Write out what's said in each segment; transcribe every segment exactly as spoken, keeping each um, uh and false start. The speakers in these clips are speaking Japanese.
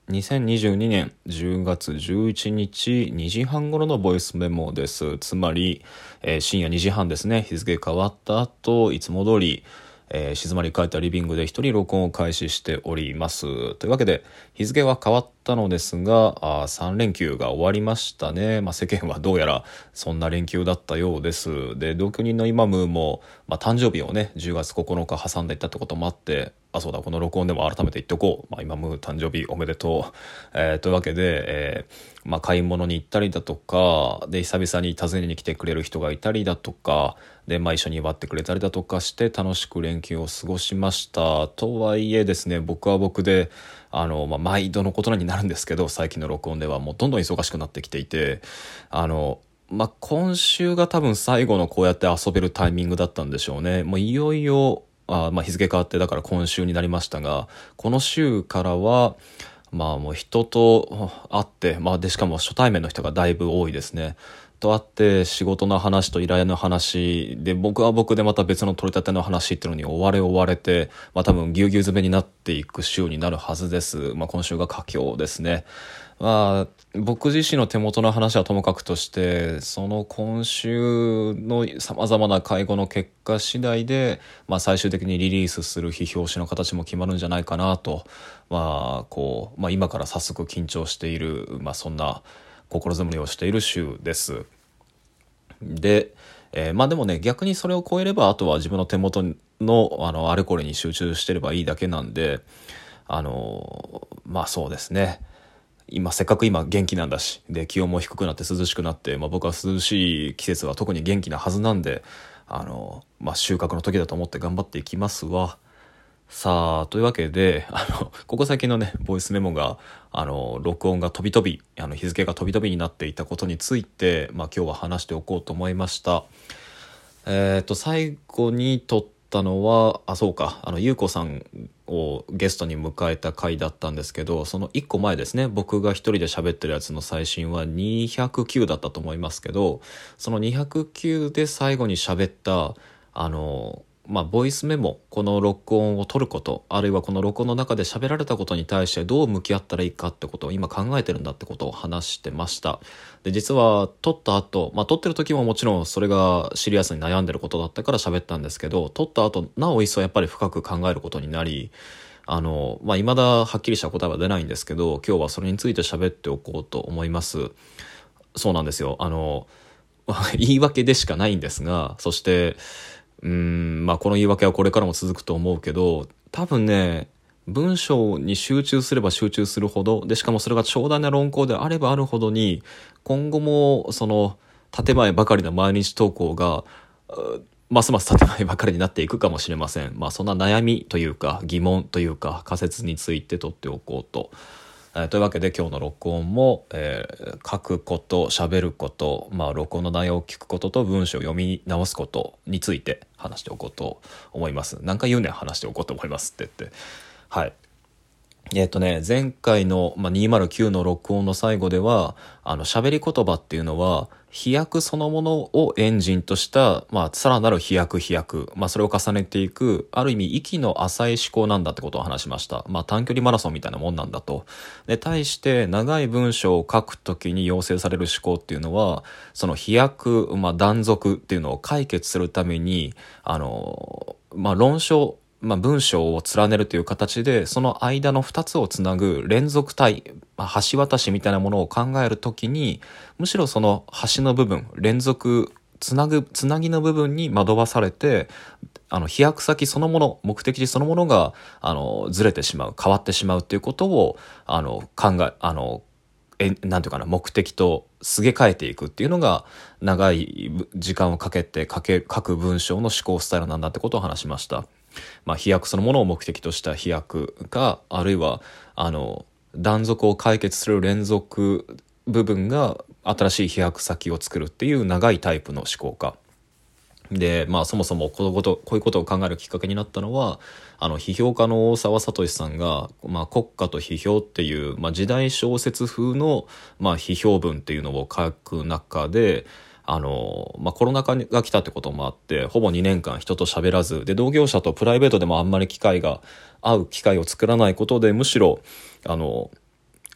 にせんにじゅうにねんじゅうがつじゅういちにちにじはん頃のボイスメモです。つまり、えー深夜にじはんですね。日付変わった後、いつも通り、えー静まり返ったリビングで一人録音を開始しております。というわけで、日付は変わったのですが、あさん連休が終わりましたね。まあ、世間はどうやらそんな連休だったようです。で、同居人のイマムも、まあ、誕生日をね、じゅうがつここのか挟んでいったってこともあって、あ、そうだ、この録音でも改めて言っておこう。まあ、イマム誕生日おめでとう。えーというわけで、えーまあ、買い物に行ったりだとか、で、久々に訪ねに来てくれる人がいたりだとか、で、まあ、一緒に祝ってくれたりだとかして楽しく連休を過ごしました。とはいえですね、僕は僕で、あの、まあ、毎度のことになるんですけど、最近の録音ではもうどんどん忙しくなってきていて、あの、まあ、今週が多分最後のこうやって遊べるタイミングだったんでしょうね。もういよいよ、あまあ日付変わってだから今週になりましたが、この週からは、まあもう人と会って、まあでしかも初対面の人がだいぶ多いですね。と会って仕事の話と依頼の話で、僕は僕でまた別の取り立ての話っていうのに追われ追われて、まあ多分ぎゅうぎゅう詰めになっていく週になるはずです。まあ今週が佳境ですね。まあ僕自身の手元の話はともかくとして、その今週の様々な会合の結果次第で、まあ最終的にリリースする非表紙の形も決まるんじゃないかなと、まあこう、まあ今から早速緊張している、まあそんな心づもりをしている週です。で、えーまあでもね、逆にそれを超えれば、あとは自分の手元の、あの、あれこれに集中してればいいだけなんで、あの、まあそうですね。今、せっかく今元気なんだし、で、気温も低くなって涼しくなって、まあ僕は涼しい季節は特に元気なはずなんで、あの、まあ収穫の時だと思って頑張っていきますわ。さあ、というわけで、あの、ここ最近のね、ボイスメモが、あの、録音が飛び飛び、あの、日付が飛び飛びになっていたことについて、まあ今日は話しておこうと思いました。えっと、最後に撮ったのは、あ、そうか、あの、ゆうこさんをゲストに迎えた回だったんですけど、そのいっこまえですね、僕が一人で喋ってるやつの最新はにひゃくきゅうだったと思いますけど、そのにひゃくきゅうで最後に喋った、あの、まあ、ボイスメモ、この録音を取ること、あるいはこの録音の中で喋られたことに対してどう向き合ったらいいかってことを今考えてるんだってことを話してました。で、実は撮った後、まあ、撮ってる時ももちろんそれがシリアスに悩んでることだったから喋ったんですけど、撮った後、なお一層やっぱり深く考えることになり、あの、まあ、未だはっきりした答えは出ないんですけど、今日はそれについて喋っておこうと思います。そうなんですよ。あの、言い訳でしかないんですが、そして、うーん、まあこの言い訳はこれからも続くと思うけど、多分ね、文章に集中すれば集中するほど、で、しかもそれが長大な論考であればあるほどに、今後もその、建前ばかりの毎日投稿が、うますます建前ばかりになっていくかもしれません。まあそんな悩みというか疑問というか仮説について取っておこうと。えーというわけで今日の録音も、えー書くこと、喋ること、まあ録音の内容を聞くことと文章を読み直すことについて話しておこうと思います。何回言うねん話しておこうと思いますって言って。はい。えっとね、前回の、まあ、にひゃくきゅうの録音の最後では、あの、喋り言葉っていうのは、飛躍そのものをエンジンとした、まあ、さらなる飛躍飛躍。まあ、それを重ねていく、ある意味、息の浅い思考なんだってことを話しました。まあ、短距離マラソンみたいなもんなんだと。で、対して、長い文章を書くときに要請される思考っていうのは、その飛躍、まあ、断続っていうのを解決するために、あの、まあ、論証、まあ、文章を連ねるという形で、その間の二つをつなぐ連続体、まあ、橋渡しみたいなものを考えるときに、むしろその橋の部分、連続、つなぐ、つなぎの部分に惑わされて、あの、飛躍先そのもの、目的地そのものが、あの、ずれてしまう、変わってしまうっていうことを、あの、考え、あの、え、なんていうかな、目的とすげ替えていくっていうのが、長い時間をかけて書け、書く文章の思考スタイルなんだってことを話しました。まあ、飛躍そのものを目的とした飛躍が、あるいはあの断続を解決する連続部分が新しい飛躍先を作るっていう長いタイプの思考かで、まあそもそもこのこと、こういうことを考えるきっかけになったのは、あの批評家の大沢聡さんが、まあ国家と批評っていう、まあ時代小説風の、まあ批評文っていうのを書く中で、あの、まあ、コロナ禍が来たってこともあって、ほぼにねんかん人と喋らず、で、同業者とプライベートでもあんまり機会が、会う機会を作らないことで、むしろ、あの、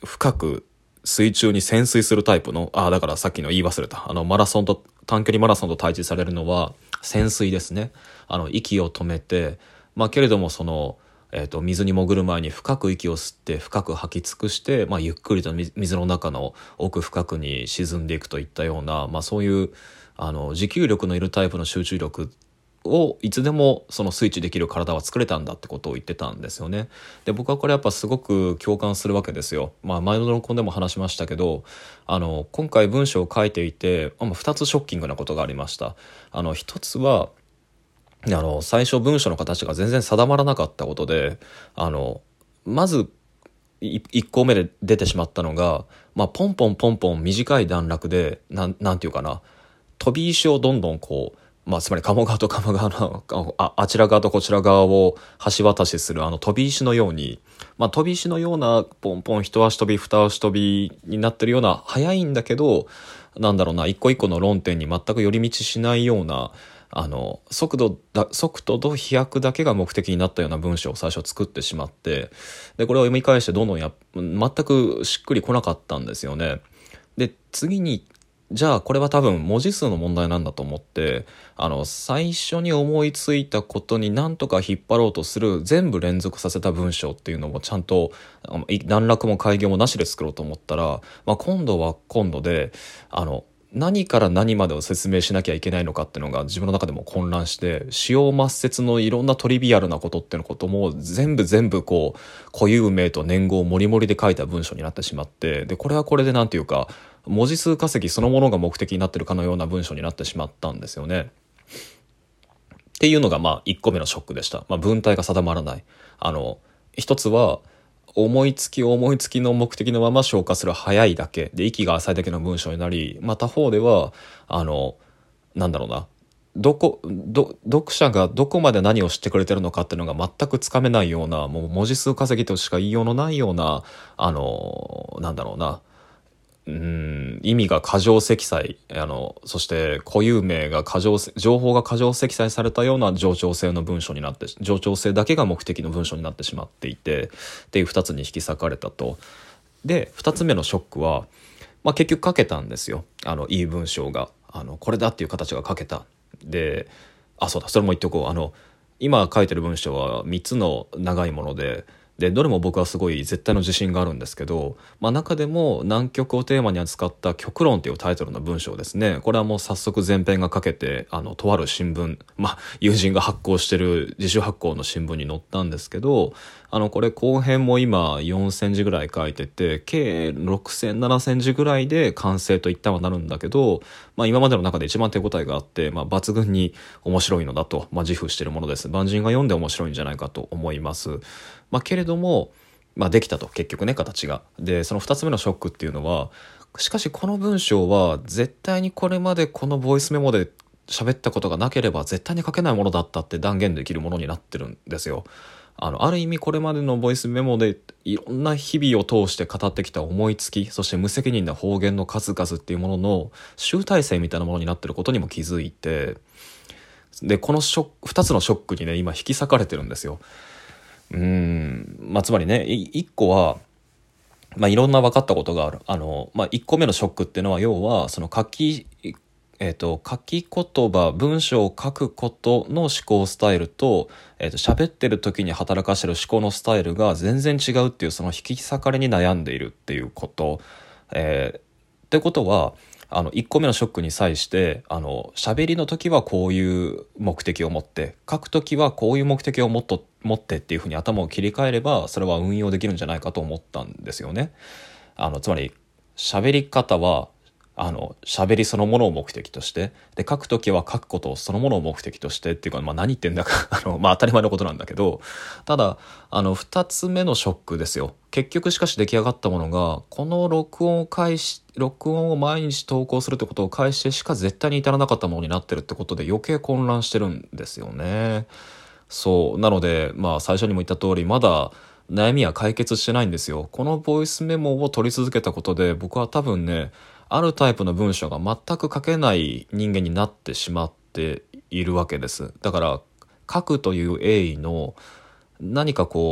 深く水中に潜水するタイプの、あ、だからさっきの言い忘れた。あの、マラソンと、短距離マラソンと対峙されるのは、潜水ですね。あの、息を止めて、まあ、けれども、その、えっと、水に潜る前に深く息を吸って、深く吐き尽くして、まあ、ゆっくりと水の中の奥深くに沈んでいくといったような、まあ、そういう、あの、持久力のいるタイプの集中力をいつでもそのスイッチできる体は作れたんだってことを言ってたんですよね。で僕はこれやっぱすごく共感するわけですよ。まあ前の録音でも話しましたけど、あの今回文章を書いていてふたつショッキングなことがありました。あのひとつはあの最初文章の形が全然定まらなかったことで、あのまずいっこめで出てしまったのが、まあ、ポンポンポンポン短い段落でなん、なんていうかな、飛び石をどんどんこう、まあ、つまり鴨川と鴨川の あ, あちら側とこちら側を橋渡しするあの飛び石のように、まあ、飛び石のようなポンポン一足飛び二足飛びになってるような速いんだけど、なんだろうな、一個一個の論点に全く寄り道しないような、あの速度だ速度と飛躍だけが目的になったような文章を最初作ってしまって、でこれを読み返してどんどんや全くしっくりこなかったんですよね。で次にじゃあこれは多分文字数の問題なんだと思って、あの最初に思いついたことに何とか引っ張ろうとする全部連続させた文章っていうのもちゃんと段落も開業もなしで作ろうと思ったら、まあ、今度は今度であの何から何までを説明しなきゃいけないのかっていうのが自分の中でも混乱して、使用抹殺のいろんなトリビアルなことっていうのことも全部全部こう固有名と年号をモリモリで書いた文章になってしまって、でこれはこれでなんていうか文字数稼ぎそのものが目的になってるかのような文章になってしまったんですよね。っていうのがまあいっこめのショックでした。まあ、文体が定まらない。あの一つは思いつき思いつきの目的のまま消化する早いだけで息が浅いだけの文章になり、まあ、他方ではあのなんだろうな、どこど読者がどこまで何を知ってくれてるのかっていうのが全くつかめないような、もう文字数稼ぎとしか言いようのないような、あのなんだろうな、うん意味が過剰積載、あのそして固有名が過剰、情報が過剰積載されたような冗長性の文章になって、冗長性だけが目的の文章になってしまっていてっていうふたつに引き裂かれたと。でふたつめのショックは、まあ、結局書けたんですよ。あのいい文章があのこれだっていう形が書けた。であそうだ、それも言っておこう。あの今書いてる文章はみっつの長いもので、でどれも僕はすごい絶対の自信があるんですけど、まあ、中でも南極をテーマに扱った極論というタイトルの文章ですね。これはもう早速前編が書けて、あのとある新聞、まあ、友人が発行してる自主発行の新聞に載ったんですけど、あのこれ後編も今よんセンチぐらい書いてて計ろくセンチななセンチぐらいで完成といったはなるんだけど、まあ、今までの中で一番手応えがあって、まあ、抜群に面白いのだと、まあ、自負しているものです。万人が読んで面白いんじゃないかと思います。まあ、けれども、まあ、できたと結局ね、形が。でそのふたつめのショックっていうのは、しかしこの文章は絶対にこれまでこのボイスメモで喋ったことがなければ絶対に書けないものだったって断言できるものになってるんですよ。あのある意味これまでのボイスメモでいろんな日々を通して語ってきた思いつき、そして無責任な方言の数々っていうものの集大成みたいなものになってることにも気づいて、でこのショックふたつのショックにね今引き裂かれてるんですよ。うーんまあつまりね、いいっこはまあ、いろんな分かったことがある。あの、まあ、いっこめのショックっていうのは、要はその書き、えー、と書き言葉文章を書くことの思考スタイルと、えー、と喋ってる時に働かせる思考のスタイルが全然違うっていう、その引き裂かれに悩んでいるっていうこと、えー、ってことはあのいっこめのショックに際してあの喋りの時はこういう目的を持って、書く時はこういう目的を持っと持ってっていうふうに頭を切り替えればそれは運用できるんじゃないかと思ったんですよね。あのつまり喋り方はあの喋りそのものを目的として、で書くときは書くことそのものを目的としてっていうか、まあ、何言ってんだかあの、まあ、当たり前のことなんだけど、ただあのふたつめのショックですよ。結局しかし出来上がったものがこの録音を返し録音を毎日投稿するってことを返してしか絶対に至らなかったものになってるってことで余計混乱してるんですよね。そうなので、まあ、最初にも言った通りまだ悩みは解決してないんですよ。このボイスメモを取り続けたことで僕は多分ね、あるタイプの文章が全く書けない人間になってしまっているわけです。だから書くという栄意の何かこう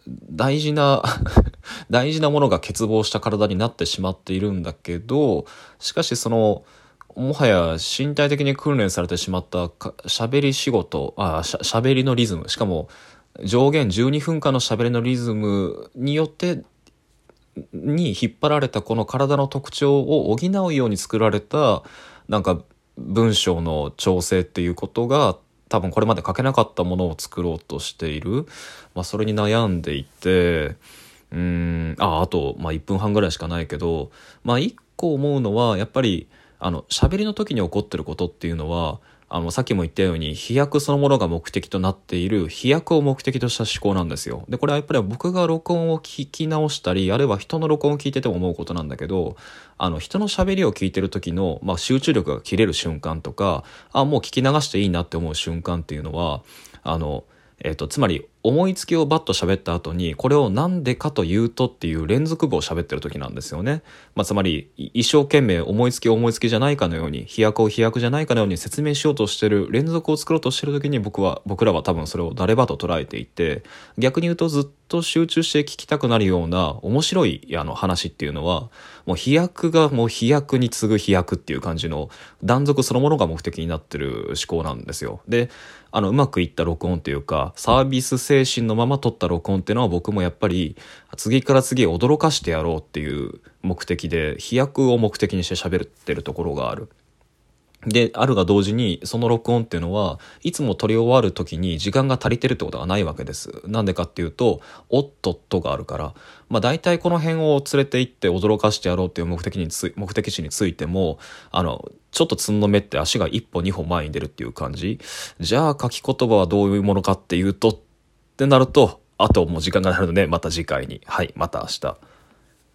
大事な大事なものが欠乏した体になってしまっているんだけど、しかしそのもはや身体的に訓練されてしまったか喋り仕事、あしゃ喋りのリズム、しかも上限じゅうにふんかんの喋りのリズムによってに引っ張られたこの体の特徴を補うように作られたなんか文章の調整っていうことが多分これまで書けなかったものを作ろうとしている、まあ、それに悩んでいて、うーんああと、まあ、いっぷんはんぐらいしかないけど、まあ、一個思うのはやっぱりあの喋りの時に起こってることっていうのは、あのさっきも言ったように飛躍そのものが目的となっている飛躍を目的とした思考なんですよ。でこれはやっぱり僕が録音を聞き直したり、あるいは人の録音を聞いてても思うことなんだけど、あの人の喋りを聞いてる時の、まあ、集中力が切れる瞬間とか、あもう聞き流していいなって思う瞬間っていうのは、あのえーと、つまり思いつきをバッと喋った後にこれをなんでかというとっていう連続語を喋ってる時なんですよね。まあ、つまり一生懸命思いつき思いつきじゃないかのように、飛躍を飛躍じゃないかのように説明しようとしてる、連続を作ろうとしてる時に僕は僕らは多分それを誰ばと捉えていて、逆に言うとずっと集中して聞きたくなるような面白いあの話っていうのはもう飛躍がもう飛躍に次ぐ飛躍っていう感じの断続そのものが目的になってる思考なんですよ。であのうまくいった録音というかサービス精神のまま撮った録音っていうのは僕もやっぱり次から次へ驚かしてやろうっていう目的で飛躍を目的にして喋ってるところがある。であるが同時にその録音っていうのはいつも撮り終わる時に時間が足りてるってことがないわけです。なんでかっていうとおっとっとがあるから、まあ、大体この辺を連れて行って驚かしてやろうっていう目的につ目的地についてもあのちょっとつんのめって足が一歩二歩前に出るっていう感じ。じゃあ書き言葉はどういうものかっていうとってなるとあともう時間がないのでまた次回に、はいまた明日。